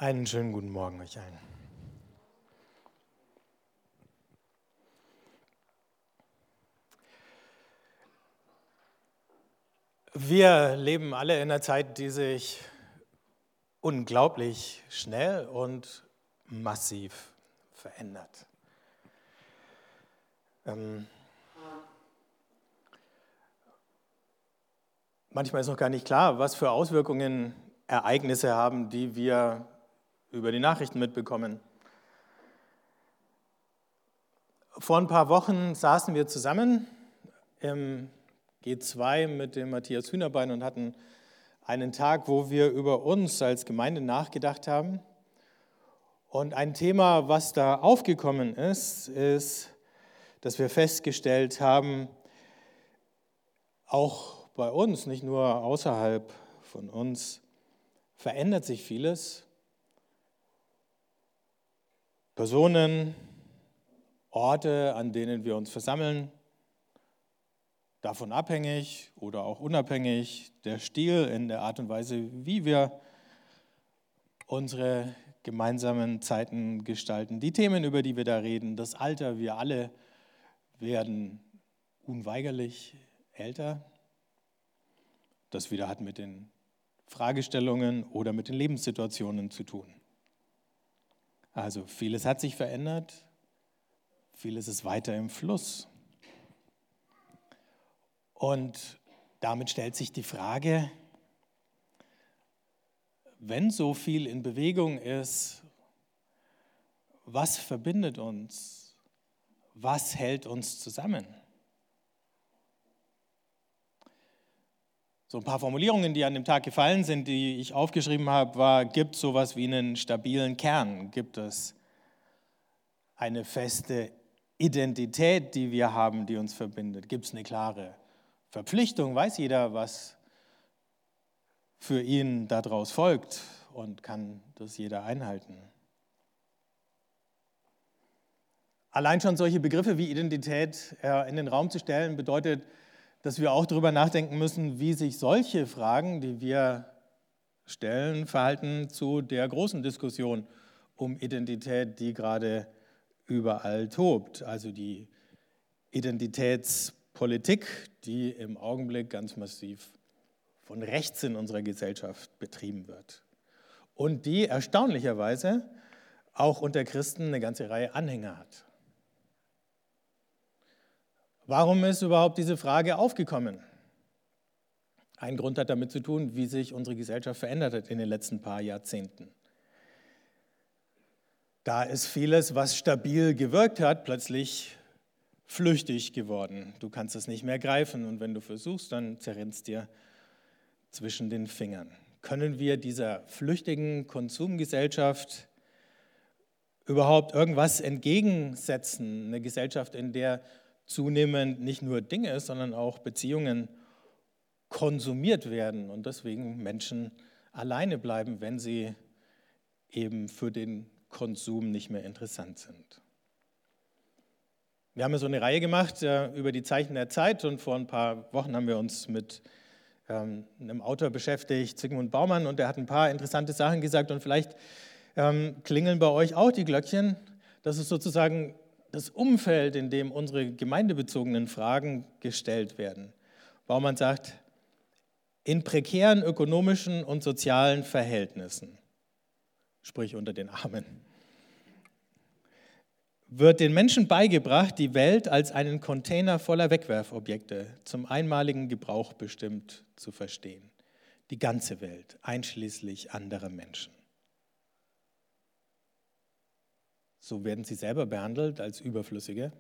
Einen schönen guten Morgen euch allen. Wir leben alle in einer Zeit, die sich unglaublich schnell und massiv verändert. Manchmal ist noch gar nicht klar, was für Auswirkungen Ereignisse haben, die wir über die Nachrichten mitbekommen. Vor ein paar Wochen saßen wir zusammen im G2 mit dem Matthias Hühnerbein und hatten einen Tag, wo wir über uns als Gemeinde nachgedacht haben. Und ein Thema, was da aufgekommen ist, dass wir festgestellt haben, auch bei uns, nicht nur außerhalb von uns, verändert sich vieles. Personen, Orte, an denen wir uns versammeln, davon abhängig oder auch unabhängig, der Stil in der Art und Weise, wie wir unsere gemeinsamen Zeiten gestalten, die Themen, über die wir da reden, das Alter, wir alle werden unweigerlich älter. Das wieder hat mit den Fragestellungen oder mit den Lebenssituationen zu tun. Also vieles hat sich verändert, vieles ist weiter im Fluss. Und damit stellt sich die Frage, wenn so viel in Bewegung ist, was verbindet uns? Was hält uns zusammen? So ein paar Formulierungen, die an dem Tag gefallen sind, die ich aufgeschrieben habe, war, gibt es sowas wie einen stabilen Kern? Gibt es eine feste Identität, die wir haben, die uns verbindet? Gibt es eine klare Verpflichtung? Weiß jeder, was für ihn daraus folgt und kann das jeder einhalten? Allein schon solche Begriffe wie Identität in den Raum zu stellen, bedeutet, dass wir auch darüber nachdenken müssen, wie sich solche Fragen, die wir stellen, verhalten zu der großen Diskussion um Identität, die gerade überall tobt. Also die Identitätspolitik, die im Augenblick ganz massiv von rechts in unserer Gesellschaft betrieben wird. Und die erstaunlicherweise auch unter Christen eine ganze Reihe Anhänger hat. Warum ist überhaupt diese Frage aufgekommen? Ein Grund hat damit zu tun, wie sich unsere Gesellschaft verändert hat in den letzten paar Jahrzehnten. Da ist vieles, was stabil gewirkt hat, plötzlich flüchtig geworden. Du kannst es nicht mehr greifen und wenn du versuchst, dann zerrinnt es dir zwischen den Fingern. Können wir dieser flüchtigen Konsumgesellschaft überhaupt irgendwas entgegensetzen? Eine Gesellschaft, in der zunehmend nicht nur Dinge, sondern auch Beziehungen konsumiert werden und deswegen Menschen alleine bleiben, wenn sie eben für den Konsum nicht mehr interessant sind. Wir haben ja so eine Reihe gemacht über die Zeichen der Zeit und vor ein paar Wochen haben wir uns mit einem Autor beschäftigt, Zygmunt Baumann, und der hat ein paar interessante Sachen gesagt und vielleicht klingeln bei euch auch die Glöckchen. Das ist sozusagen das Umfeld, in dem unsere gemeindebezogenen Fragen gestellt werden. Baumann sagt, in prekären ökonomischen und sozialen Verhältnissen, sprich unter den Armen, wird den Menschen beigebracht, die Welt als einen Container voller Wegwerfobjekte zum einmaligen Gebrauch bestimmt zu verstehen. Die ganze Welt, einschließlich anderer Menschen. So werden sie selber behandelt als Überflüssige.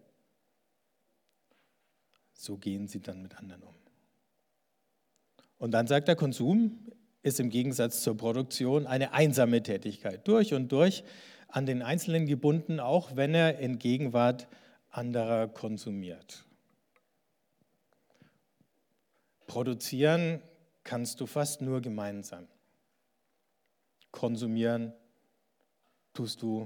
So gehen sie dann mit anderen um. Und dann sagt der Konsum ist im Gegensatz zur Produktion eine einsame Tätigkeit. Durch und durch an den Einzelnen gebunden, auch wenn er in Gegenwart anderer konsumiert. Produzieren kannst du fast nur gemeinsam. Konsumieren tust du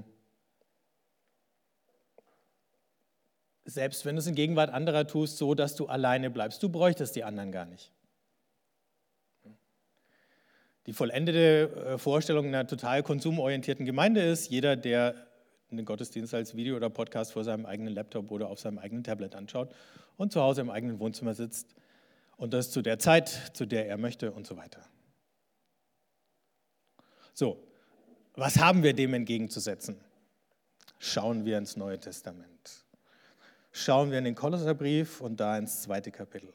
selbst wenn du es in Gegenwart anderer tust, so, dass du alleine bleibst. Du bräuchtest die anderen gar nicht. die vollendete Vorstellung einer total konsumorientierten Gemeinde ist, jeder, der einen Gottesdienst als Video oder Podcast vor seinem eigenen Laptop oder auf seinem eigenen Tablet anschaut und zu Hause im eigenen Wohnzimmer sitzt und das zu der Zeit, zu der er möchte und so weiter. So, was haben wir dem entgegenzusetzen? Schauen wir ins Neue Testament. Schauen wir in den Kolosserbrief und da ins 2. Kapitel.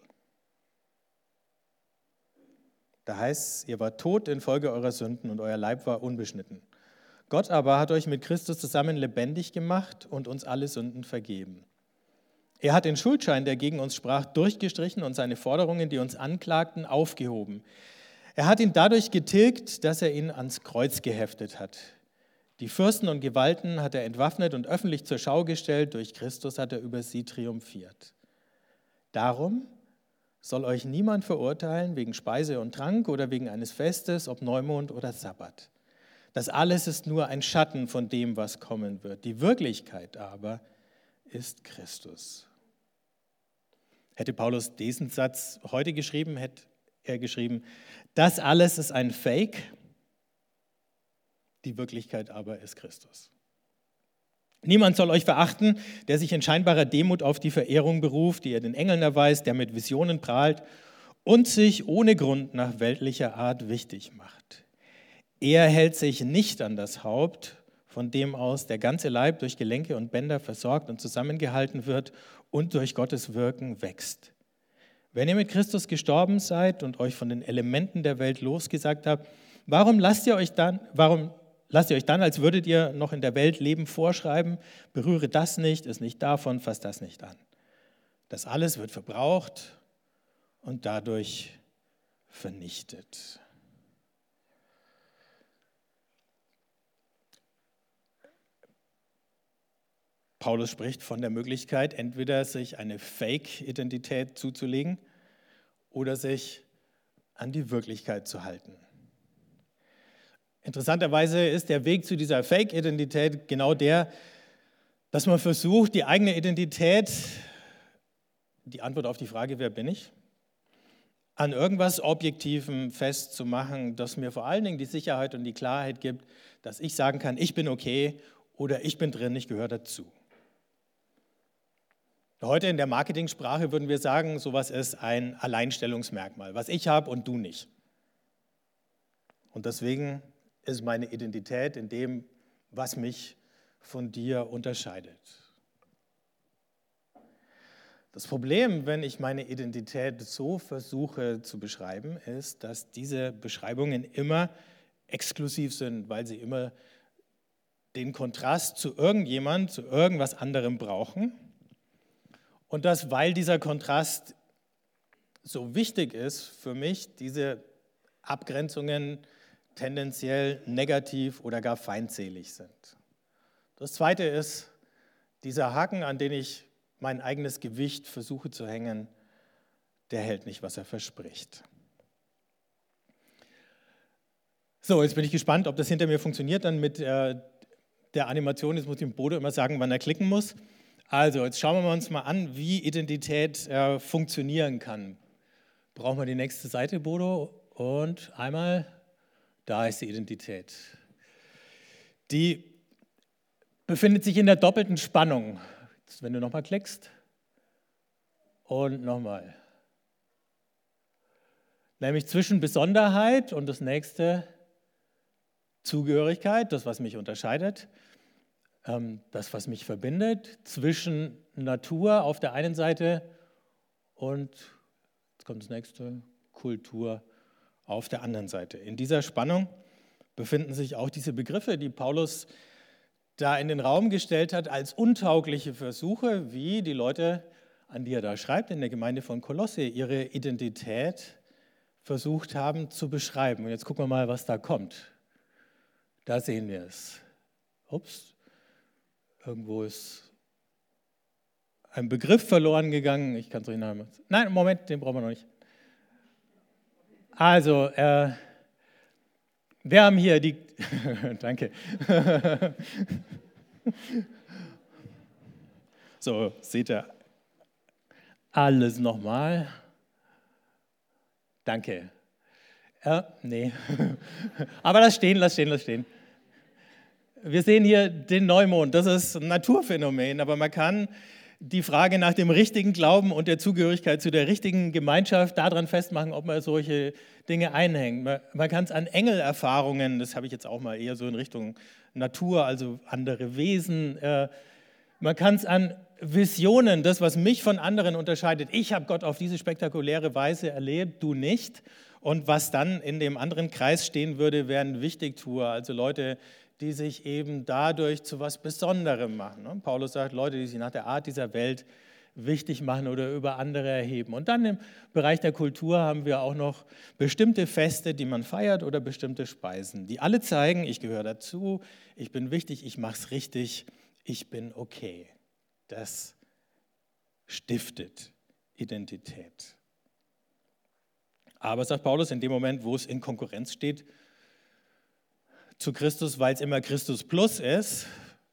Da heißt es, ihr wart tot infolge eurer Sünden und euer Leib war unbeschnitten. Gott aber hat euch mit Christus zusammen lebendig gemacht und uns alle Sünden vergeben. Er hat den Schuldschein, der gegen uns sprach, durchgestrichen und seine Forderungen, die uns anklagten, aufgehoben. Er hat ihn dadurch getilgt, dass er ihn ans Kreuz geheftet hat. Die Fürsten und Gewalten hat er entwaffnet und öffentlich zur Schau gestellt. Durch Christus hat er über sie triumphiert. Darum soll euch niemand verurteilen wegen Speise und Trank oder wegen eines Festes, ob Neumond oder Sabbat. Das alles ist nur ein Schatten von dem, was kommen wird. Die Wirklichkeit aber ist Christus. Hätte Paulus diesen Satz heute geschrieben, hätte er geschrieben, das alles ist ein Fake, die Wirklichkeit aber ist Christus. Niemand soll euch verachten, der sich in scheinbarer Demut auf die Verehrung beruft, die er den Engeln erweist, der mit Visionen prahlt und sich ohne Grund nach weltlicher Art wichtig macht. Er hält sich nicht an das Haupt, von dem aus der ganze Leib durch Gelenke und Bänder versorgt und zusammengehalten wird und durch Gottes Wirken wächst. Wenn ihr mit Christus gestorben seid und euch von den Elementen der Welt losgesagt habt, warum lasst ihr euch dann, als würdet ihr noch in der Welt leben, vorschreiben, berühre das nicht, ist nicht davon, fass das nicht an. Das alles wird verbraucht und dadurch vernichtet. Paulus spricht von der Möglichkeit, entweder sich eine Fake-Identität zuzulegen oder sich an die Wirklichkeit zu halten. Interessanterweise ist der Weg zu dieser Fake-Identität genau der, dass man versucht, die eigene Identität, die Antwort auf die Frage, wer bin ich, an irgendwas Objektivem festzumachen, das mir vor allen Dingen die Sicherheit und die Klarheit gibt, dass ich sagen kann, ich bin okay oder ich bin drin, ich gehöre dazu. Heute in der Marketingsprache würden wir sagen, sowas ist ein Alleinstellungsmerkmal, was ich habe und du nicht. Und deswegen ist meine Identität in dem, was mich von dir unterscheidet. Das Problem, wenn ich meine Identität so versuche zu beschreiben, ist, dass diese Beschreibungen immer exklusiv sind, weil sie immer den Kontrast zu irgendjemand, zu irgendwas anderem brauchen. Und dass, weil dieser Kontrast so wichtig ist für mich, diese Abgrenzungen tendenziell negativ oder gar feindselig sind. Das Zweite ist, dieser Haken, an den ich mein eigenes Gewicht versuche zu hängen, der hält nicht, was er verspricht. So, jetzt bin ich gespannt, ob das hinter mir funktioniert dann mit der Animation. Jetzt muss ich dem Bodo immer sagen, wann er klicken muss. Also, jetzt schauen wir uns mal an, wie Identität funktionieren kann. Brauchen wir die nächste Seite, Bodo? Und einmal, da ist die Identität. Die befindet sich in der doppelten Spannung. Jetzt, wenn du nochmal klickst und nochmal. Nämlich zwischen Besonderheit und das nächste Zugehörigkeit, das, was mich unterscheidet. Das, was mich verbindet, zwischen Natur auf der einen Seite und, jetzt kommt das nächste, Kultur auf der anderen Seite. In dieser Spannung befinden sich auch diese Begriffe, die Paulus da in den Raum gestellt hat, als untaugliche Versuche, wie die Leute, an die er da schreibt, in der Gemeinde von Kolosse, ihre Identität versucht haben zu beschreiben. Und jetzt gucken wir mal, was da kommt. Da sehen wir es. Ups. Irgendwo ist ein Begriff verloren gegangen. Ich kann es euch nachher. Nein, Moment, den brauchen wir noch nicht. Also, wir haben hier die. Danke. So, seht ihr alles nochmal. Danke. Nee. Aber lass stehen. Wir sehen hier den Neumond. Das ist ein Naturphänomen, aber man kann die Frage nach dem richtigen Glauben und der Zugehörigkeit zu der richtigen Gemeinschaft daran festmachen, ob man solche Dinge einhängt. Man kann es an Engelerfahrungen, das habe ich jetzt auch mal eher so in Richtung Natur, also andere Wesen. Man kann es an Visionen, das, was mich von anderen unterscheidet. Ich habe Gott auf diese spektakuläre Weise erlebt, du nicht. Und was dann in dem anderen Kreis stehen würde, wären Wichtigtuer, also Leute, die sich eben dadurch zu was Besonderem machen. Paulus sagt, Leute, die sich nach der Art dieser Welt wichtig machen oder über andere erheben. Und dann im Bereich der Kultur haben wir auch noch bestimmte Feste, die man feiert oder bestimmte Speisen, die alle zeigen, ich gehöre dazu, ich bin wichtig, ich mache es richtig, ich bin okay. Das stiftet Identität. Aber, sagt Paulus, in dem Moment, wo es in Konkurrenz steht zu Christus, weil es immer Christus plus ist,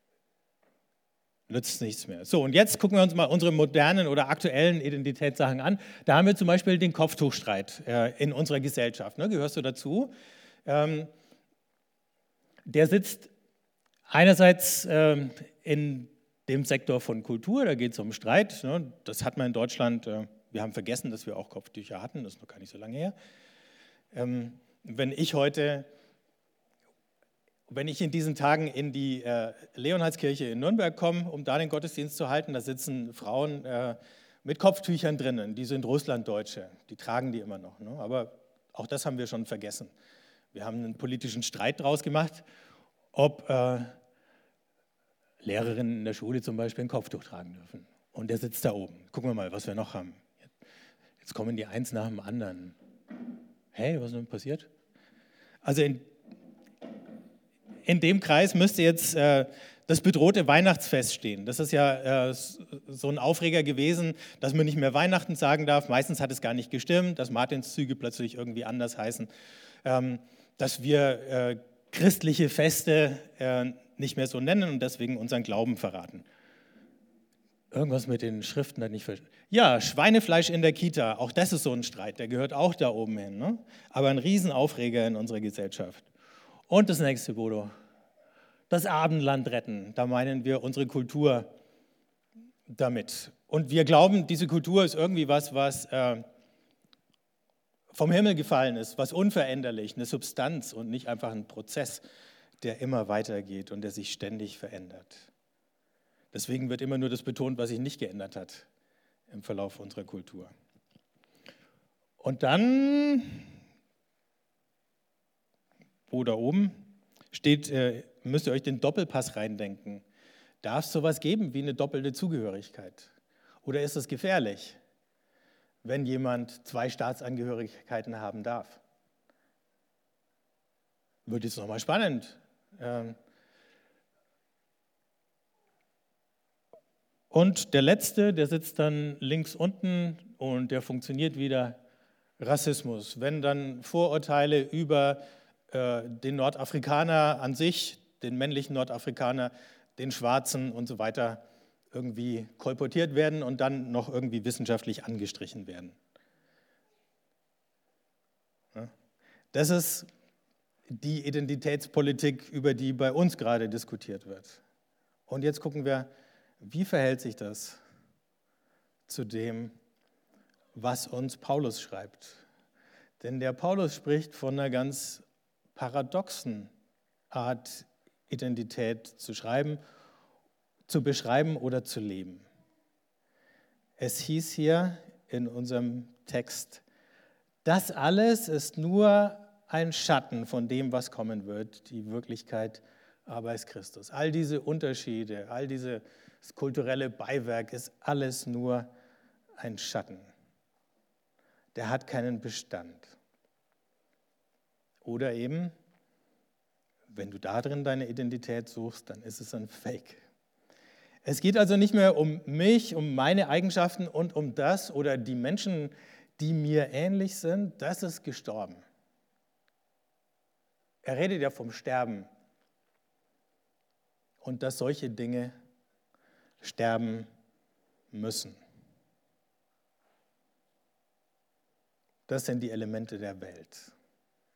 nützt es nichts mehr. So, und jetzt gucken wir uns mal unsere modernen oder aktuellen Identitätssachen an. Da haben wir zum Beispiel den Kopftuchstreit in unserer Gesellschaft. Ne? Gehörst du dazu? Der sitzt einerseits in dem Sektor von Kultur, da geht es um Streit. Ne? Das hat man in Deutschland, wir haben vergessen, dass wir auch Kopftücher hatten, das ist noch gar nicht so lange her. Wenn ich in diesen Tagen in die Leonhardskirche in Nürnberg komme, um da den Gottesdienst zu halten, da sitzen Frauen mit Kopftüchern drinnen, die sind Russlanddeutsche, die tragen die immer noch. Ne? Aber auch das haben wir schon vergessen. Wir haben einen politischen Streit daraus gemacht, ob Lehrerinnen in der Schule zum Beispiel ein Kopftuch tragen dürfen. Und der sitzt da oben. Gucken wir mal, was wir noch haben. Jetzt kommen die eins nach dem anderen. Hey, was ist denn passiert? Also in dem Kreis müsste jetzt das bedrohte Weihnachtsfest stehen. Das ist ja so ein Aufreger gewesen, dass man nicht mehr Weihnachten sagen darf. Meistens hat es gar nicht gestimmt, dass Martinszüge plötzlich irgendwie anders heißen. Dass wir christliche Feste nicht mehr so nennen und deswegen unseren Glauben verraten. Irgendwas mit den Schriften hat nicht verstanden. Ja, Schweinefleisch in der Kita, auch das ist so ein Streit, der gehört auch da oben hin. Ne? Aber ein Riesenaufreger in unserer Gesellschaft. Und das nächste, Bodo, das Abendland retten, da meinen wir unsere Kultur damit. Und wir glauben, diese Kultur ist irgendwie was vom Himmel gefallen ist, was unveränderlich, eine Substanz und nicht einfach ein Prozess, der immer weitergeht und der sich ständig verändert. Deswegen wird immer nur das betont, was sich nicht geändert hat im Verlauf unserer Kultur. Und dann, wo da oben steht, müsst ihr euch den Doppelpass reindenken. Darf es sowas geben wie eine doppelte Zugehörigkeit? Oder ist es gefährlich, wenn jemand 2 Staatsangehörigkeiten haben darf? Wird jetzt nochmal spannend. Und der Letzte, der sitzt dann links unten und der funktioniert wieder, Rassismus. Wenn dann Vorurteile über den Nordafrikaner an sich, den männlichen Nordafrikaner, den Schwarzen und so weiter irgendwie kolportiert werden und dann noch irgendwie wissenschaftlich angestrichen werden. Das ist die Identitätspolitik, über die bei uns gerade diskutiert wird. Und jetzt gucken wir, wie verhält sich das zu dem, was uns Paulus schreibt. Denn der Paulus spricht von einer ganz paradoxen Art, Identität zu schreiben, zu beschreiben oder zu leben. Es hieß hier in unserem Text, das alles ist nur ein Schatten von dem, was kommen wird. Die Wirklichkeit aber ist Christus. All diese Unterschiede, all dieses kulturelle Beiwerk ist alles nur ein Schatten. Der hat keinen Bestand. Oder eben, wenn du da drin deine Identität suchst, dann ist es ein Fake. Es geht also nicht mehr um mich, um meine Eigenschaften und um das oder die Menschen, die mir ähnlich sind. Das ist gestorben. Er redet ja vom Sterben und dass solche Dinge sterben müssen. Das sind die Elemente der Welt.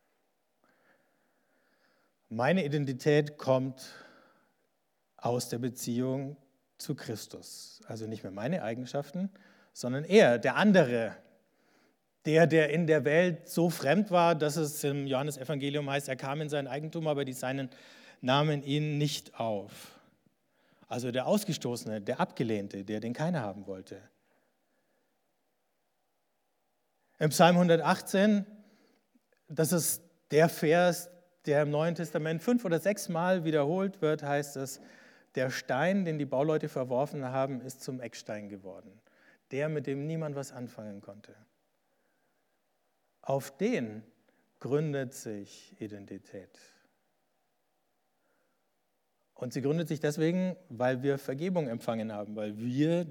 Meine Identität kommt aus der Beziehung zu Christus. Also nicht mehr meine Eigenschaften, sondern er, der andere, der in der Welt so fremd war, dass es im Johannesevangelium heißt, er kam in sein Eigentum, aber die Seinen nahmen ihn nicht auf. Also der Ausgestoßene, der Abgelehnte, den keiner haben wollte. Im Psalm 118, das ist der Vers, der im Neuen Testament 5 oder 6 Mal wiederholt wird, heißt es, der Stein, den die Bauleute verworfen haben, ist zum Eckstein geworden. Der, mit dem niemand was anfangen konnte. Auf den gründet sich Identität. Und sie gründet sich deswegen, weil wir Vergebung empfangen haben, weil wir,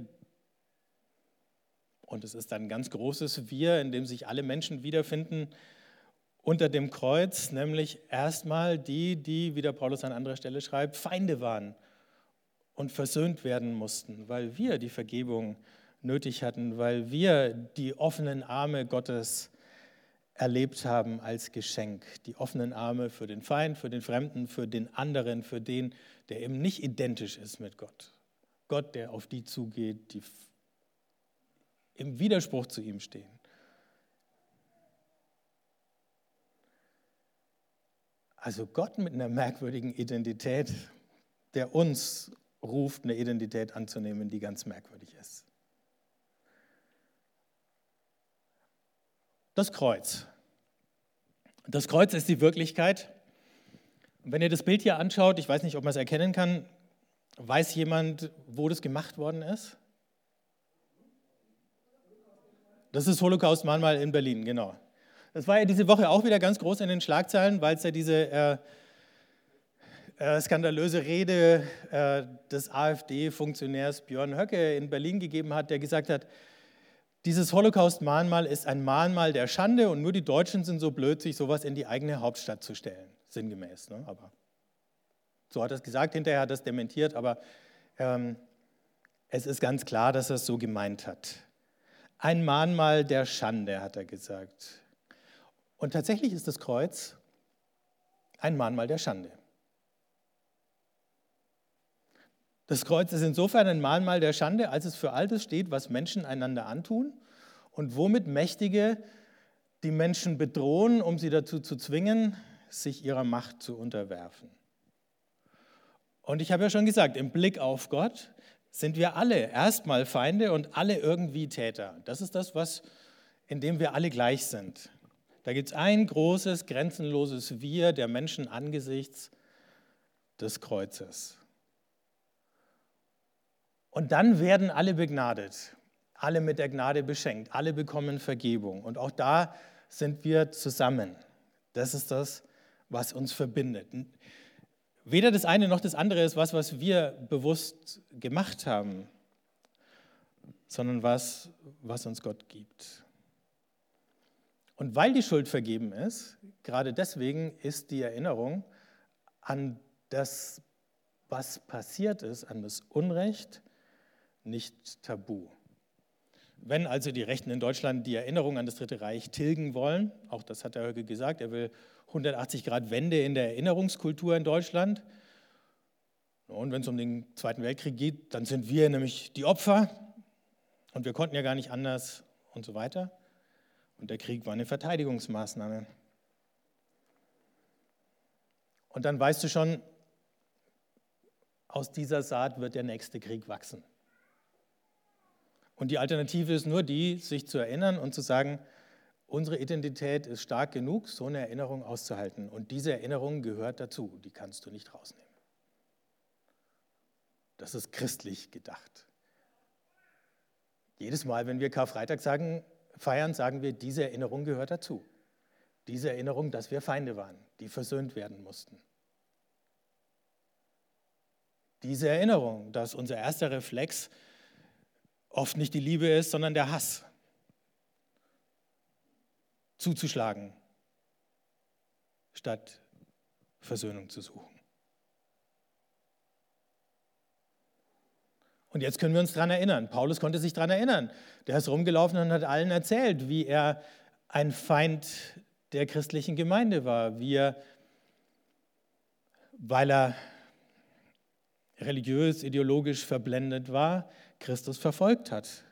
und es ist ein ganz großes Wir, in dem sich alle Menschen wiederfinden, unter dem Kreuz, nämlich erstmal die, wie der Paulus an anderer Stelle schreibt, Feinde waren und versöhnt werden mussten, weil wir die Vergebung nötig hatten, weil wir die offenen Arme Gottes erlebt haben als Geschenk. Die offenen Arme für den Feind, für den Fremden, für den anderen, für den, der eben nicht identisch ist mit Gott. Gott, der auf die zugeht, die im Widerspruch zu ihm stehen. Also Gott mit einer merkwürdigen Identität, der uns ruft, eine Identität anzunehmen, die ganz merkwürdig ist. Das Kreuz. Das Kreuz ist die Wirklichkeit. Und wenn ihr das Bild hier anschaut, ich weiß nicht, ob man es erkennen kann, weiß jemand, wo das gemacht worden ist? Das ist Holocaust-Mahnmal in Berlin, genau. Das war ja diese Woche auch wieder ganz groß in den Schlagzeilen, weil es ja diese skandalöse Rede des AfD-Funktionärs Björn Höcke in Berlin gegeben hat, der gesagt hat, dieses Holocaust-Mahnmal ist ein Mahnmal der Schande und nur die Deutschen sind so blöd, sich sowas in die eigene Hauptstadt zu stellen. Sinngemäß, ne? Aber so hat er es gesagt, hinterher hat er es dementiert, aber es ist ganz klar, dass er es so gemeint hat. Ein Mahnmal der Schande, hat er gesagt. Und tatsächlich ist das Kreuz ein Mahnmal der Schande. Das Kreuz ist insofern ein Mahnmal der Schande, als es für all das steht, was Menschen einander antun und womit Mächtige die Menschen bedrohen, um sie dazu zu zwingen, sich ihrer Macht zu unterwerfen. Und ich habe ja schon gesagt, im Blick auf Gott sind wir alle erstmal Feinde und alle irgendwie Täter. Das ist das, in dem wir alle gleich sind. Da gibt es ein großes, grenzenloses Wir der Menschen angesichts des Kreuzes. Und dann werden alle begnadet, alle mit der Gnade beschenkt, alle bekommen Vergebung. Und auch da sind wir zusammen. Das ist das, was uns verbindet. Weder das eine noch das andere ist was wir bewusst gemacht haben, sondern was uns Gott gibt. Und weil die Schuld vergeben ist, gerade deswegen ist die Erinnerung an das, was passiert ist, an das Unrecht, nicht tabu. Wenn also die Rechten in Deutschland die Erinnerung an das Dritte Reich tilgen wollen, auch das hat der Höcke gesagt, er will 180-Grad-Wende in der Erinnerungskultur in Deutschland. Und wenn es um den Zweiten Weltkrieg geht, dann sind wir nämlich die Opfer und wir konnten ja gar nicht anders und so weiter. Und der Krieg war eine Verteidigungsmaßnahme. Und dann weißt du schon, aus dieser Saat wird der nächste Krieg wachsen. Und die Alternative ist nur die, sich zu erinnern und zu sagen, unsere Identität ist stark genug, so eine Erinnerung auszuhalten. Und diese Erinnerung gehört dazu, die kannst du nicht rausnehmen. Das ist christlich gedacht. Jedes Mal, wenn wir Karfreitag feiern, sagen wir, diese Erinnerung gehört dazu. Diese Erinnerung, dass wir Feinde waren, die versöhnt werden mussten. Diese Erinnerung, dass unser erster Reflex oft nicht die Liebe ist, sondern der Hass. Zuzuschlagen, statt Versöhnung zu suchen. Und jetzt können wir uns daran erinnern. Paulus konnte sich daran erinnern. Der ist rumgelaufen und hat allen erzählt, wie er ein Feind der christlichen Gemeinde war, wie er weil er religiös, ideologisch verblendet war, Christus verfolgt hat.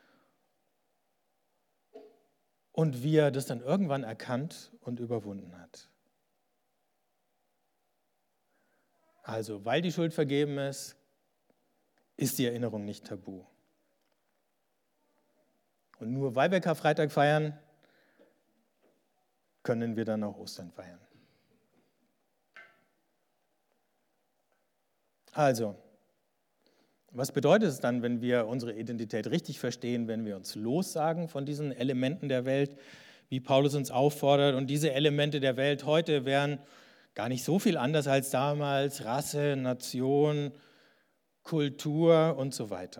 Und wie er das dann irgendwann erkannt und überwunden hat. Also, weil die Schuld vergeben ist, ist die Erinnerung nicht tabu. Und nur weil wir Karfreitag feiern, können wir dann auch Ostern feiern. Also, was bedeutet es dann, wenn wir unsere Identität richtig verstehen, wenn wir uns lossagen von diesen Elementen der Welt, wie Paulus uns auffordert? Und diese Elemente der Welt heute wären gar nicht so viel anders als damals: Rasse, Nation, Kultur und so weiter.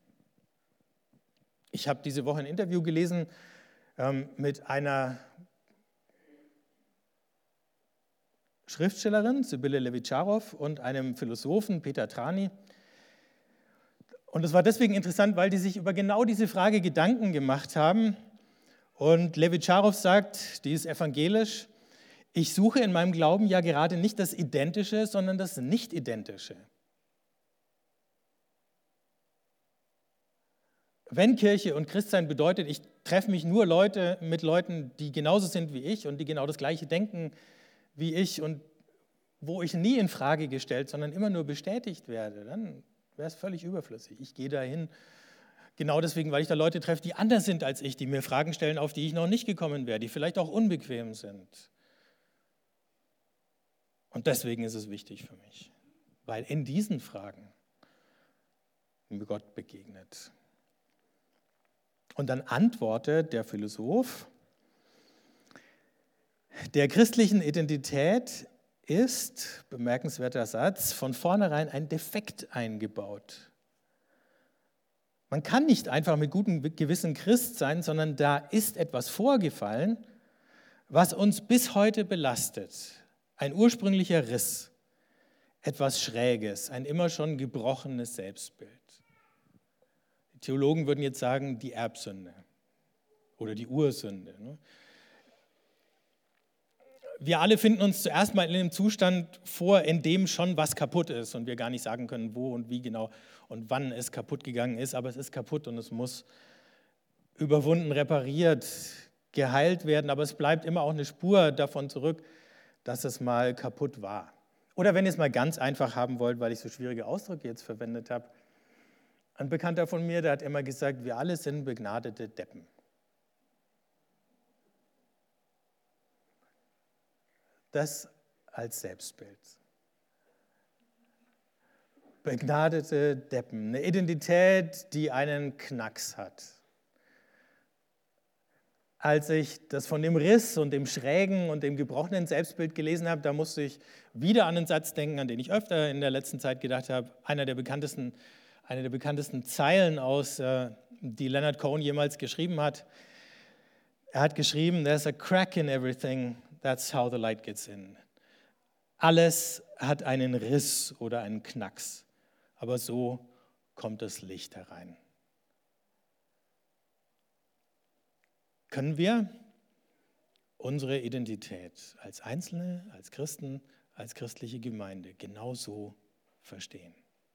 Ich habe diese Woche ein Interview gelesen mit einer Schriftstellerin, Sibylle Levitscharow, und einem Philosophen, Peter Trani. Und es war deswegen interessant, weil die sich über genau diese Frage Gedanken gemacht haben. Und Levitscharow sagt, die ist evangelisch: Ich suche in meinem Glauben ja gerade nicht das Identische, sondern das Nicht-Identische. Wenn Kirche und Christsein bedeutet, ich treffe mich nur mit Leuten, die genauso sind wie ich und die genau das Gleiche denken wie ich und wo ich nie in Frage gestellt, sondern immer nur bestätigt werde, dann wäre es völlig überflüssig. Ich gehe dahin genau deswegen, weil ich da Leute treffe, die anders sind als ich, die mir Fragen stellen, auf die ich noch nicht gekommen wäre, die vielleicht auch unbequem sind. Und deswegen ist es wichtig für mich, weil in diesen Fragen mir Gott begegnet. Und dann antwortet der Philosoph: Der christlichen Identität ist, bemerkenswerter Satz, von vornherein ein Defekt eingebaut. Man kann nicht einfach mit gutem Gewissen Christ sein, sondern da ist etwas vorgefallen, was uns bis heute belastet. Ein ursprünglicher Riss, etwas Schräges, ein immer schon gebrochenes Selbstbild. Die Theologen würden jetzt sagen, die Erbsünde oder die Ursünde. Wir alle finden uns zuerst mal in einem Zustand vor, in dem schon was kaputt ist und wir gar nicht sagen können, wo und wie genau und wann es kaputt gegangen ist, aber es ist kaputt und es muss überwunden, repariert, geheilt werden, aber es bleibt immer auch eine Spur davon zurück, dass es mal kaputt war. Oder wenn ihr es mal ganz einfach haben wollt, weil ich so schwierige Ausdrücke jetzt verwendet habe, ein Bekannter von mir, der hat immer gesagt, wir alle sind begnadete Deppen. Das als Selbstbild. Begnadete Deppen, eine Identität, die einen Knacks hat. Als ich das von dem Riss und dem schrägen und dem gebrochenen Selbstbild gelesen habe, da musste ich wieder an einen Satz denken, an den ich öfter in der letzten Zeit gedacht habe. Eine der bekanntesten Zeilen aus, die Leonard Cohen jemals geschrieben hat. Er hat geschrieben, there's a crack in everything, that's how the light gets in. Alles hat einen Riss oder einen Knacks, aber so kommt das Licht herein. Können wir unsere Identität als Einzelne, als Christen, als christliche Gemeinde genauso verstehen?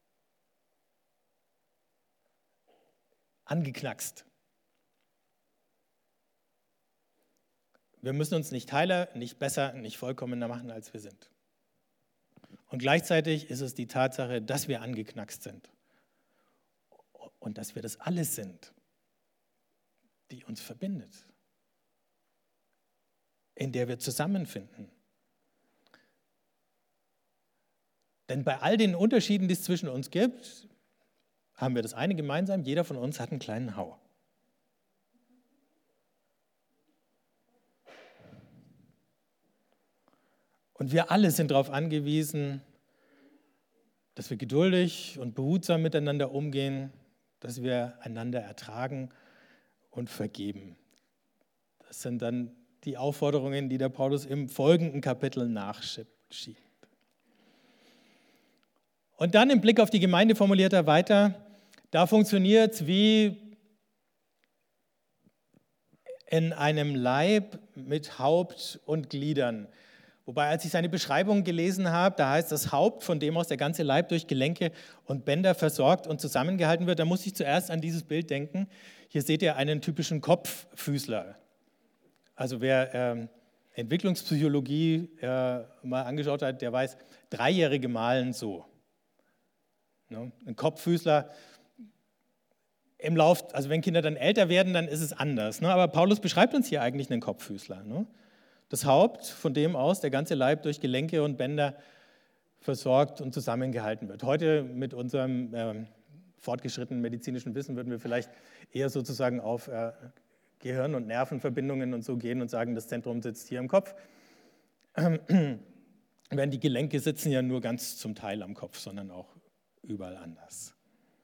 Angeknackst. Wir müssen uns nicht heiler, nicht besser, nicht vollkommener machen, als wir sind. Und gleichzeitig ist es die Tatsache, dass wir angeknackst sind und dass wir das alles sind, die uns verbindet, in der wir zusammenfinden. Denn bei all den Unterschieden, die es zwischen uns gibt, haben wir das eine gemeinsam: Jeder von uns hat einen kleinen Hau. Und wir alle sind darauf angewiesen, dass wir geduldig und behutsam miteinander umgehen, dass wir einander ertragen und vergeben. Das sind dann die Aufforderungen, die der Paulus im folgenden Kapitel nachschiebt. Und dann im Blick auf die Gemeinde formuliert er weiter: Da funktioniert es wie in einem Leib mit Haupt und Gliedern. Wobei, als ich seine Beschreibung gelesen habe, da heißt das Haupt, von dem aus der ganze Leib durch Gelenke und Bänder versorgt und zusammengehalten wird, da muss ich zuerst an dieses Bild denken. Hier seht ihr einen typischen Kopffüßler. Also wer Entwicklungspsychologie mal angeschaut hat, der weiß, Dreijährige malen so. Ne? Ein Kopffüßler im Lauf, also wenn Kinder dann älter werden, dann ist es anders. Ne? Aber Paulus beschreibt uns hier eigentlich einen Kopffüßler. Ne? Das Haupt, von dem aus der ganze Leib durch Gelenke und Bänder versorgt und zusammengehalten wird. Heute mit unserem fortgeschrittenen medizinischen Wissen würden wir vielleicht eher sozusagen auf Gehirn- und Nervenverbindungen und so gehen und sagen, das Zentrum sitzt hier im Kopf. Während die Gelenke sitzen ja nur ganz zum Teil am Kopf, sondern auch überall anders.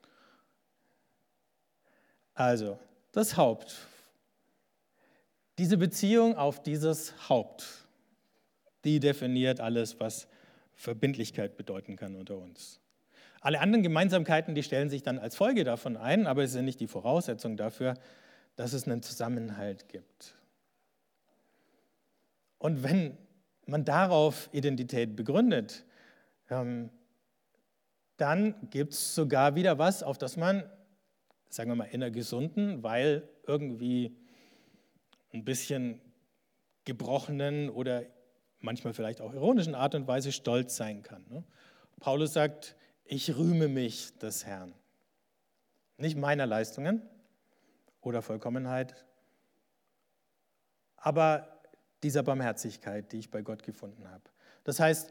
Also, das Haupt. Diese Beziehung auf dieses Haupt, die definiert alles, was Verbindlichkeit bedeuten kann unter uns. Alle anderen Gemeinsamkeiten, die stellen sich dann als Folge davon ein, aber es sind nicht die Voraussetzung dafür, dass es einen Zusammenhalt gibt. Und wenn man darauf Identität begründet, dann gibt es sogar wieder was, auf das man, sagen wir mal, in einer gesunden, weil irgendwie ein bisschen gebrochenen oder manchmal vielleicht auch ironischen Art und Weise stolz sein kann. Ne? Paulus sagt, ich rühme mich des Herrn. Nicht meiner Leistungen oder Vollkommenheit, aber dieser Barmherzigkeit, die ich bei Gott gefunden habe. Das heißt,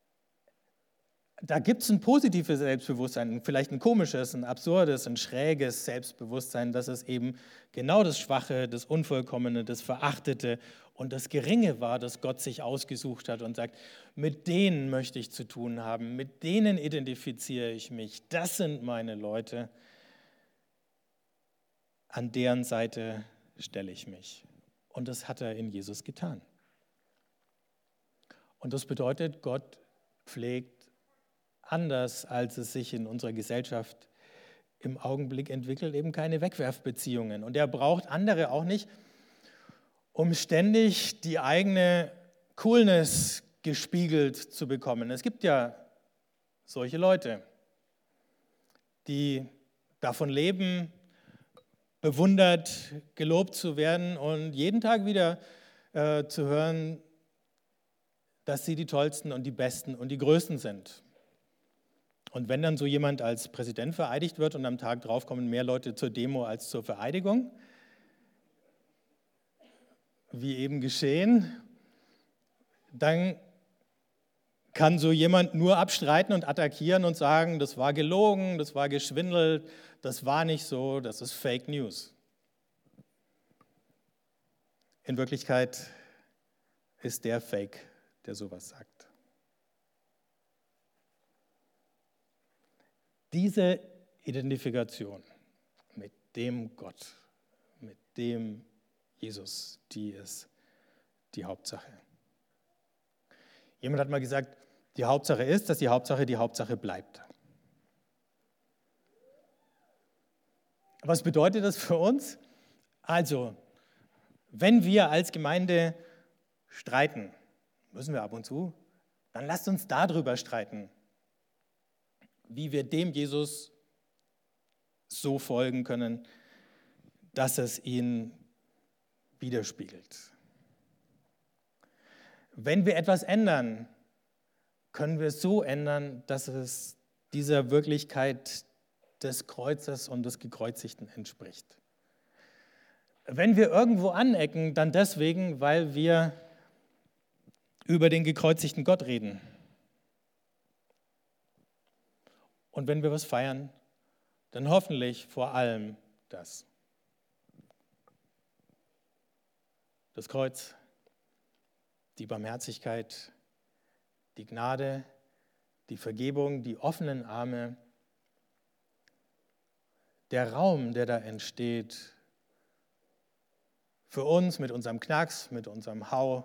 da gibt es ein positives Selbstbewusstsein, vielleicht ein komisches, ein absurdes, ein schräges Selbstbewusstsein, dass es eben genau das Schwache, das Unvollkommene, das Verachtete und das Geringe war, das Gott sich ausgesucht hat und sagt, mit denen möchte ich zu tun haben, mit denen identifiziere ich mich, das sind meine Leute, an deren Seite stelle ich mich. Und das hat er in Jesus getan. Und das bedeutet, Gott pflegt anders, als es sich in unserer Gesellschaft im Augenblick entwickelt, eben keine Wegwerfbeziehungen. Und er braucht andere auch nicht, um ständig die eigene Coolness gespiegelt zu bekommen. Es gibt ja solche Leute, die davon leben, bewundert, gelobt zu werden und jeden Tag wieder zu hören, dass sie die Tollsten und die Besten und die Größten sind. Und wenn dann so jemand als Präsident vereidigt wird und am Tag drauf kommen mehr Leute zur Demo als zur Vereidigung, wie eben geschehen, dann kann so jemand nur abstreiten und attackieren und sagen, das war gelogen, das war geschwindelt, das war nicht so, das ist Fake News. In Wirklichkeit ist der Fake, der sowas sagt. Diese Identifikation mit dem Gott, mit dem Jesus, die ist die Hauptsache. Jemand hat mal gesagt, die Hauptsache ist, dass die Hauptsache bleibt. Was bedeutet das für uns? Also, wenn wir als Gemeinde streiten, müssen wir ab und zu, dann lasst uns darüber streiten, wie wir dem Jesus so folgen können, dass es ihn widerspiegelt. Wenn wir etwas ändern, können wir es so ändern, dass es dieser Wirklichkeit des Kreuzes und des Gekreuzigten entspricht. Wenn wir irgendwo anecken, dann deswegen, weil wir über den gekreuzigten Gott reden. Und wenn wir was feiern, dann hoffentlich vor allem das. Das Kreuz, die Barmherzigkeit, die Gnade, die Vergebung, die offenen Arme, der Raum, der da entsteht, für uns mit unserem Knacks, mit unserem Hau,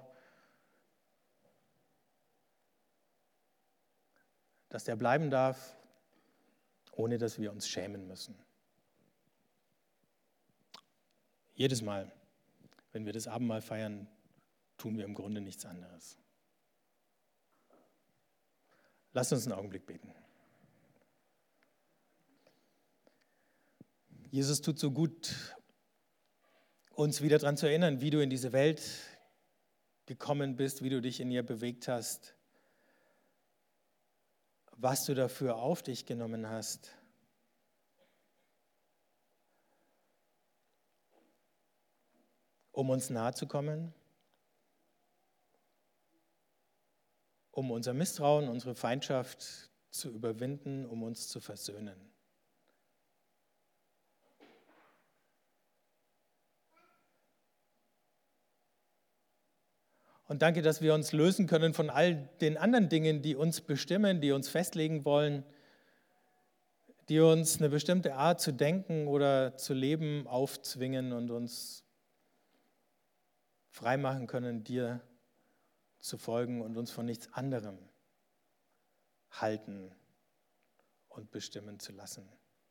dass der bleiben darf, ohne dass wir uns schämen müssen. Jedes Mal, wenn wir das Abendmahl feiern, tun wir im Grunde nichts anderes. Lass uns einen Augenblick beten. Jesus, tut so gut, uns wieder daran zu erinnern, wie du in diese Welt gekommen bist, wie du dich in ihr bewegt hast, was du dafür auf dich genommen hast. Um uns nahe zu kommen, um unser Misstrauen, unsere Feindschaft zu überwinden, um uns zu versöhnen. Und danke, dass wir uns lösen können von all den anderen Dingen, die uns bestimmen, die uns festlegen wollen, die uns eine bestimmte Art zu denken oder zu leben aufzwingen und uns freimachen können, dir zu folgen und uns von nichts anderem halten und bestimmen zu lassen.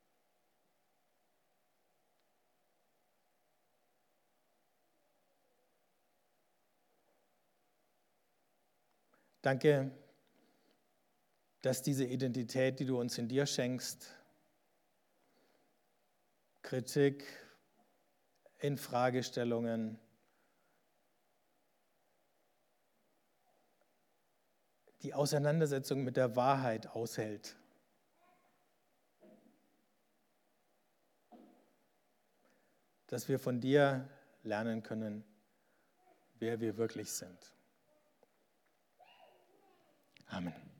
Danke, dass diese Identität, die du uns in dir schenkst, Kritik, Infragestellungen, die Auseinandersetzung mit der Wahrheit aushält. Dass wir von dir lernen können, wer wir wirklich sind. Amen.